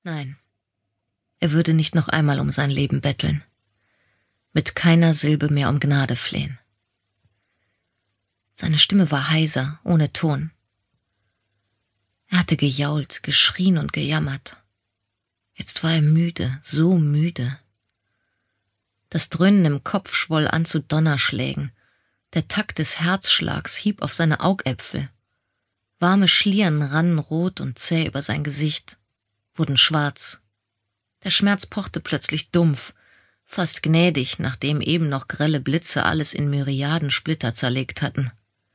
Nein, er würde nicht noch einmal um sein Leben betteln, mit keiner Silbe mehr um Gnade flehen. Seine Stimme war heiser, ohne Ton. Er hatte gejault, geschrien und gejammert. Jetzt war er müde, so müde. Das Dröhnen im Kopf schwoll an zu Donnerschlägen. Der Takt des Herzschlags hieb auf seine Augäpfel. Warme Schlieren rannen rot und zäh über sein Gesicht, wurden schwarz. Der Schmerz pochte plötzlich dumpf, fast gnädig, nachdem eben noch grelle Blitze alles in Myriaden Splitter zerlegt hatten.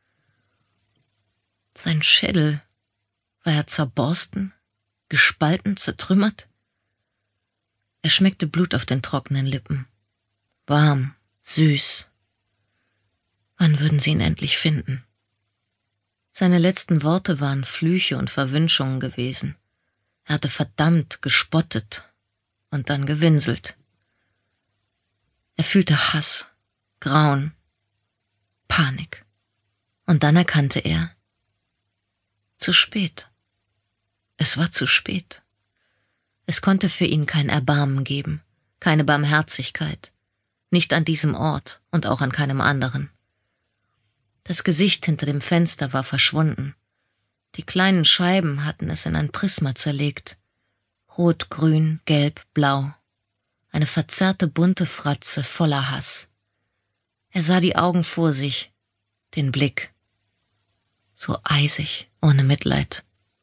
Sein Schädel, war er zerborsten, gespalten, zertrümmert? Er schmeckte Blut auf den trockenen Lippen. Warm, süß. Wann würden sie ihn endlich finden? Seine letzten Worte waren Flüche und Verwünschungen gewesen. Er hatte verdammt, gespottet und dann gewinselt. Er fühlte Hass, Grauen, Panik. Und dann erkannte er, zu spät. Es war zu spät. Es konnte für ihn kein Erbarmen geben, keine Barmherzigkeit, nicht an diesem Ort und auch an keinem anderen. Das Gesicht hinter dem Fenster war verschwunden. Die kleinen Scheiben hatten es in ein Prisma zerlegt. Rot, grün, gelb, blau. Eine verzerrte bunte Fratze voller Hass. Er sah die Augen vor sich, den Blick. So eisig, ohne Mitleid.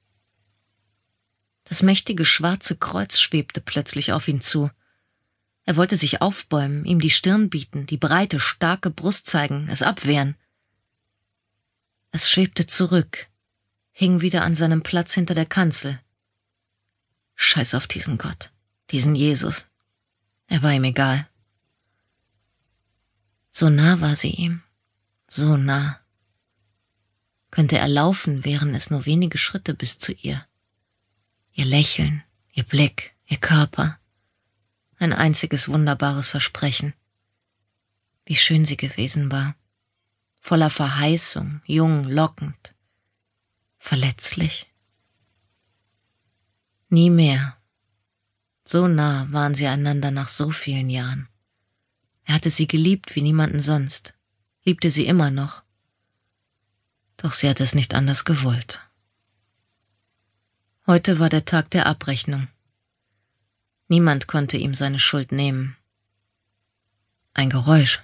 Das mächtige schwarze Kreuz schwebte plötzlich auf ihn zu. Er wollte sich aufbäumen, ihm die Stirn bieten, die breite, starke Brust zeigen, es abwehren. Es schwebte zurück, hing wieder an seinem Platz hinter der Kanzel. Scheiß auf diesen Gott, diesen Jesus. Er war ihm egal. So nah war sie ihm, so nah. Könnte er laufen, wären es nur wenige Schritte bis zu ihr. Ihr Lächeln, ihr Blick, ihr Körper. Ein einziges wunderbares Versprechen. Wie schön sie gewesen war. Voller Verheißung, jung, lockend. Verletzlich. Nie mehr. So nah waren sie einander nach so vielen Jahren. Er hatte sie geliebt wie niemanden sonst, liebte sie immer noch. Doch sie hatte es nicht anders gewollt. Heute war der Tag der Abrechnung. Niemand konnte ihm seine Schuld nehmen. Ein Geräusch.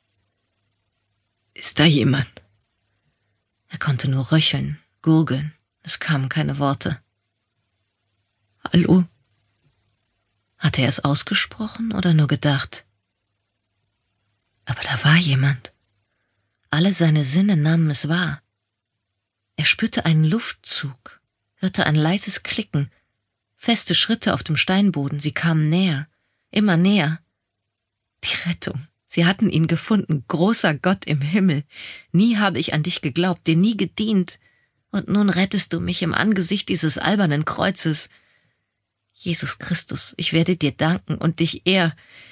Ist da jemand? Er konnte nur röcheln, gurgeln. Es kamen keine Worte. Hallo? Hatte er es ausgesprochen oder nur gedacht? Aber da war jemand. Alle seine Sinne nahmen es wahr. Er spürte einen Luftzug, hörte ein leises Klicken, feste Schritte auf dem Steinboden, sie kamen näher, immer näher. Die Rettung, sie hatten ihn gefunden, großer Gott im Himmel. Nie habe ich an dich geglaubt, dir nie gedient, und nun rettest du mich im Angesicht dieses albernen Kreuzes. Jesus Christus, ich werde dir danken und dich Er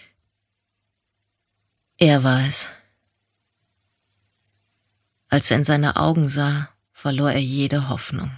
war es. Als er in seine Augen sah, verlor er jede Hoffnung.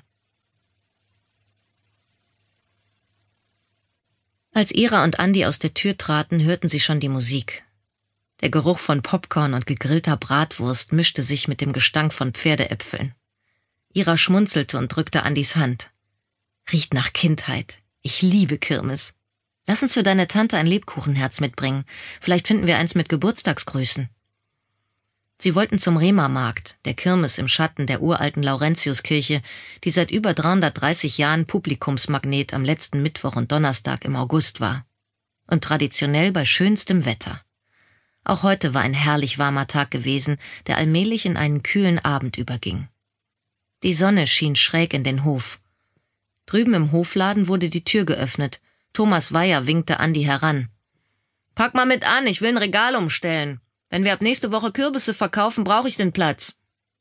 Als Ira und Andi aus der Tür traten, hörten sie schon die Musik. Der Geruch von Popcorn und gegrillter Bratwurst mischte sich mit dem Gestank von Pferdeäpfeln. Ira schmunzelte und drückte Andis Hand. Riecht nach Kindheit. Ich liebe Kirmes. Lass uns für deine Tante ein Lebkuchenherz mitbringen. Vielleicht finden wir eins mit Geburtstagsgrüßen. Sie wollten zum Rema-Markt, der Kirmes im Schatten der uralten Laurentiuskirche, die seit über 330 Jahren Publikumsmagnet am letzten Mittwoch und Donnerstag im August war. Und traditionell bei schönstem Wetter. Auch heute war ein herrlich warmer Tag gewesen, der allmählich in einen kühlen Abend überging. Die Sonne schien schräg in den Hof. Drüben im Hofladen wurde die Tür geöffnet. Thomas Weyer winkte Andi heran. »Pack mal mit an, ich will ein Regal umstellen. Wenn wir ab nächste Woche Kürbisse verkaufen, brauche ich den Platz.«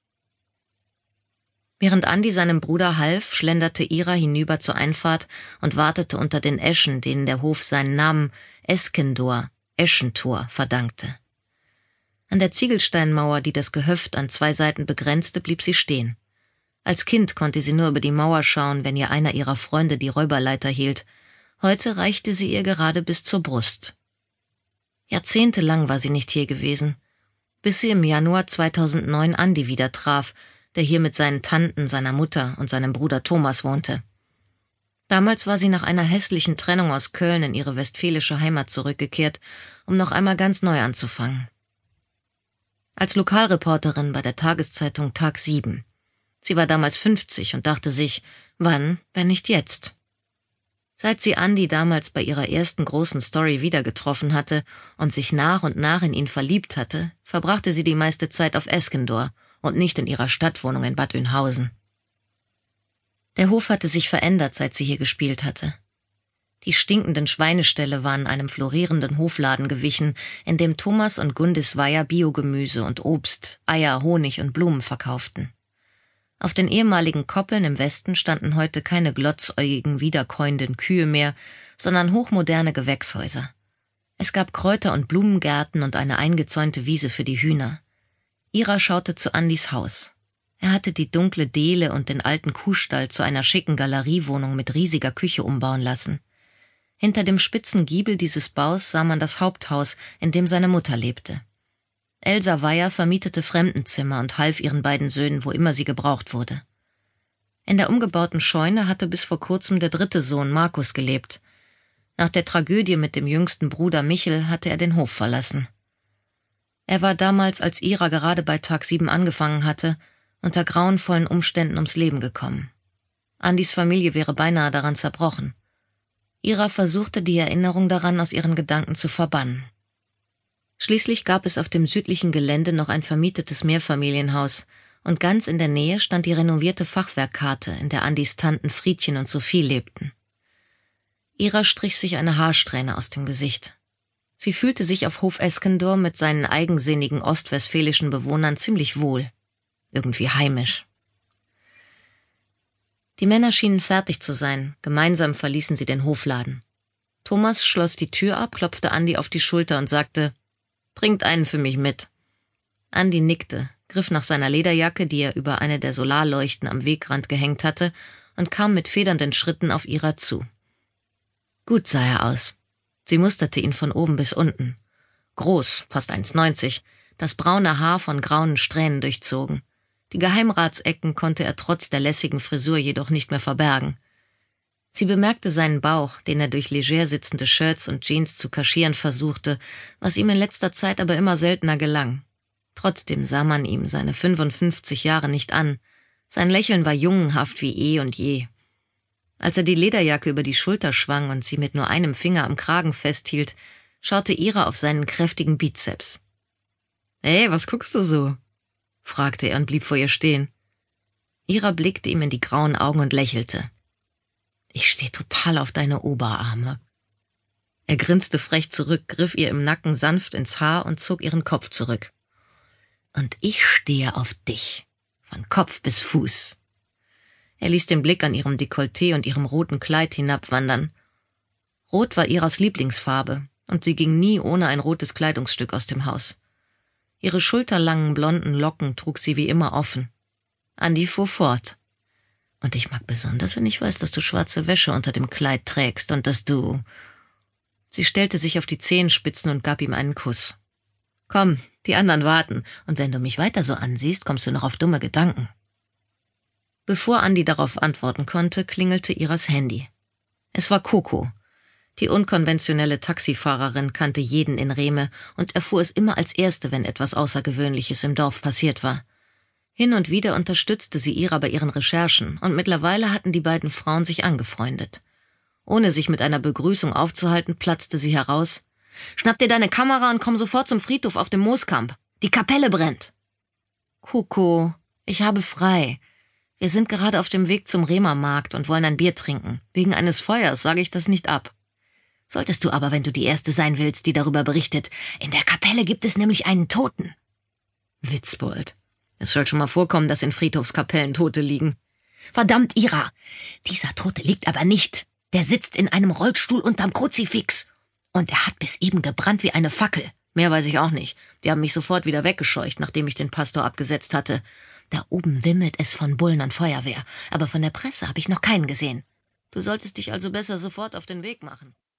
Während Andi seinem Bruder half, schlenderte Ira hinüber zur Einfahrt und wartete unter den Eschen, denen der Hof seinen Namen Eskendor, Eschentor, verdankte. An der Ziegelsteinmauer, die das Gehöft an 2 Seiten begrenzte, blieb sie stehen. Als Kind konnte sie nur über die Mauer schauen, wenn ihr einer ihrer Freunde die Räuberleiter hielt. Heute reichte sie ihr gerade bis zur Brust. Jahrzehntelang war sie nicht hier gewesen, bis sie im Januar 2009 Andi wieder traf, der hier mit seinen Tanten, seiner Mutter und seinem Bruder Thomas wohnte. Damals war sie nach einer hässlichen Trennung aus Köln in ihre westfälische Heimat zurückgekehrt, um noch einmal ganz neu anzufangen. Als Lokalreporterin bei der Tageszeitung Tag 7. Sie war damals 50 und dachte sich, wann, wenn nicht jetzt? Seit sie Andi damals bei ihrer ersten großen Story wieder getroffen hatte und sich nach und nach in ihn verliebt hatte, verbrachte sie die meiste Zeit auf Eskendor und nicht in ihrer Stadtwohnung in Bad Oeynhausen. Der Hof hatte sich verändert, seit sie hier gespielt hatte. Die stinkenden Schweineställe waren einem florierenden Hofladen gewichen, in dem Thomas und Gundis Weiher Biogemüse und Obst, Eier, Honig und Blumen verkauften. Auf den ehemaligen Koppeln im Westen standen heute keine glotzäugigen, wiederkäuenden Kühe mehr, sondern hochmoderne Gewächshäuser. Es gab Kräuter- und Blumengärten und eine eingezäunte Wiese für die Hühner. Ira schaute zu Andis Haus. Er hatte die dunkle Deele und den alten Kuhstall zu einer schicken Galeriewohnung mit riesiger Küche umbauen lassen. Hinter dem spitzen Giebel dieses Baus sah man das Haupthaus, in dem seine Mutter lebte. Elsa Weiher vermietete Fremdenzimmer und half ihren beiden Söhnen, wo immer sie gebraucht wurde. In der umgebauten Scheune hatte bis vor kurzem der dritte Sohn Markus gelebt. Nach der Tragödie mit dem jüngsten Bruder Michel hatte er den Hof verlassen. Er war damals, als Ira gerade bei Tag 7 angefangen hatte, unter grauenvollen Umständen ums Leben gekommen. Andis Familie wäre beinahe daran zerbrochen. Ira versuchte, die Erinnerung daran aus ihren Gedanken zu verbannen. Schließlich gab es auf dem südlichen Gelände noch ein vermietetes Mehrfamilienhaus, und ganz in der Nähe stand die renovierte Fachwerkkarte, in der Andis Tanten Friedchen und Sophie lebten. Ira strich sich eine Haarsträhne aus dem Gesicht. Sie fühlte sich auf Hof Eskendor mit seinen eigensinnigen ostwestfälischen Bewohnern ziemlich wohl. Irgendwie heimisch. Die Männer schienen fertig zu sein. Gemeinsam verließen sie den Hofladen. Thomas schloss die Tür ab, klopfte Andi auf die Schulter und sagte, »Trinkt einen für mich mit.« Andi nickte, griff nach seiner Lederjacke, die er über eine der Solarleuchten am Wegrand gehängt hatte, und kam mit federnden Schritten auf Ira zu. Gut sah er aus. Sie musterte ihn von oben bis unten. Groß, fast 1,90, das braune Haar von grauen Strähnen durchzogen. Die Geheimratsecken konnte er trotz der lässigen Frisur jedoch nicht mehr verbergen. Sie bemerkte seinen Bauch, den er durch leger sitzende Shirts und Jeans zu kaschieren versuchte, was ihm in letzter Zeit aber immer seltener gelang. Trotzdem sah man ihm seine 55 Jahre nicht an. Sein Lächeln war jungenhaft wie eh und je. Als er die Lederjacke über die Schulter schwang und sie mit nur einem Finger am Kragen festhielt, schaute Ira auf seinen kräftigen Bizeps. »Hey, was guckst du so?« fragte er und blieb vor ihr stehen. Ira blickte ihm in die grauen Augen und lächelte. »Ich stehe total auf deine Oberarme.« Er grinste frech zurück, griff ihr im Nacken sanft ins Haar und zog ihren Kopf zurück. »Und ich stehe auf dich, von Kopf bis Fuß.« Er ließ den Blick an ihrem Dekolleté und ihrem roten Kleid hinabwandern. Rot war Iras Lieblingsfarbe, und sie ging nie ohne ein rotes Kleidungsstück aus dem Haus. Ihre schulterlangen blonden Locken trug sie wie immer offen. Andi fuhr fort. »Und ich mag besonders, wenn ich weiß, dass du schwarze Wäsche unter dem Kleid trägst und dass du...« Sie stellte sich auf die Zehenspitzen und gab ihm einen Kuss. »Komm, die anderen warten, und wenn du mich weiter so ansiehst, kommst du noch auf dumme Gedanken.« Bevor Andi darauf antworten konnte, klingelte Iras Handy. Es war Coco. Die unkonventionelle Taxifahrerin kannte jeden in Rehme und erfuhr es immer als Erste, wenn etwas Außergewöhnliches im Dorf passiert war. Hin und wieder unterstützte sie Ira bei ihren Recherchen, und mittlerweile hatten die beiden Frauen sich angefreundet. Ohne sich mit einer Begrüßung aufzuhalten, platzte sie heraus. »Schnapp dir deine Kamera und komm sofort zum Friedhof auf dem Mooskamp. Die Kapelle brennt.« »Coco, ich habe frei. Wir sind gerade auf dem Weg zum Rehmermarkt und wollen ein Bier trinken. Wegen eines Feuers sage ich das nicht ab.« »Solltest du aber, wenn du die Erste sein willst, die darüber berichtet. In der Kapelle gibt es nämlich einen Toten.« »Witzbold. Es soll schon mal vorkommen, dass in Friedhofskapellen Tote liegen.« »Verdammt, Ira! Dieser Tote liegt aber nicht. Der sitzt in einem Rollstuhl unterm Kruzifix. Und er hat bis eben gebrannt wie eine Fackel. Mehr weiß ich auch nicht. Die haben mich sofort wieder weggescheucht, nachdem ich den Pastor abgesetzt hatte. Da oben wimmelt es von Bullen und Feuerwehr, aber von der Presse habe ich noch keinen gesehen. Du solltest dich also besser sofort auf den Weg machen.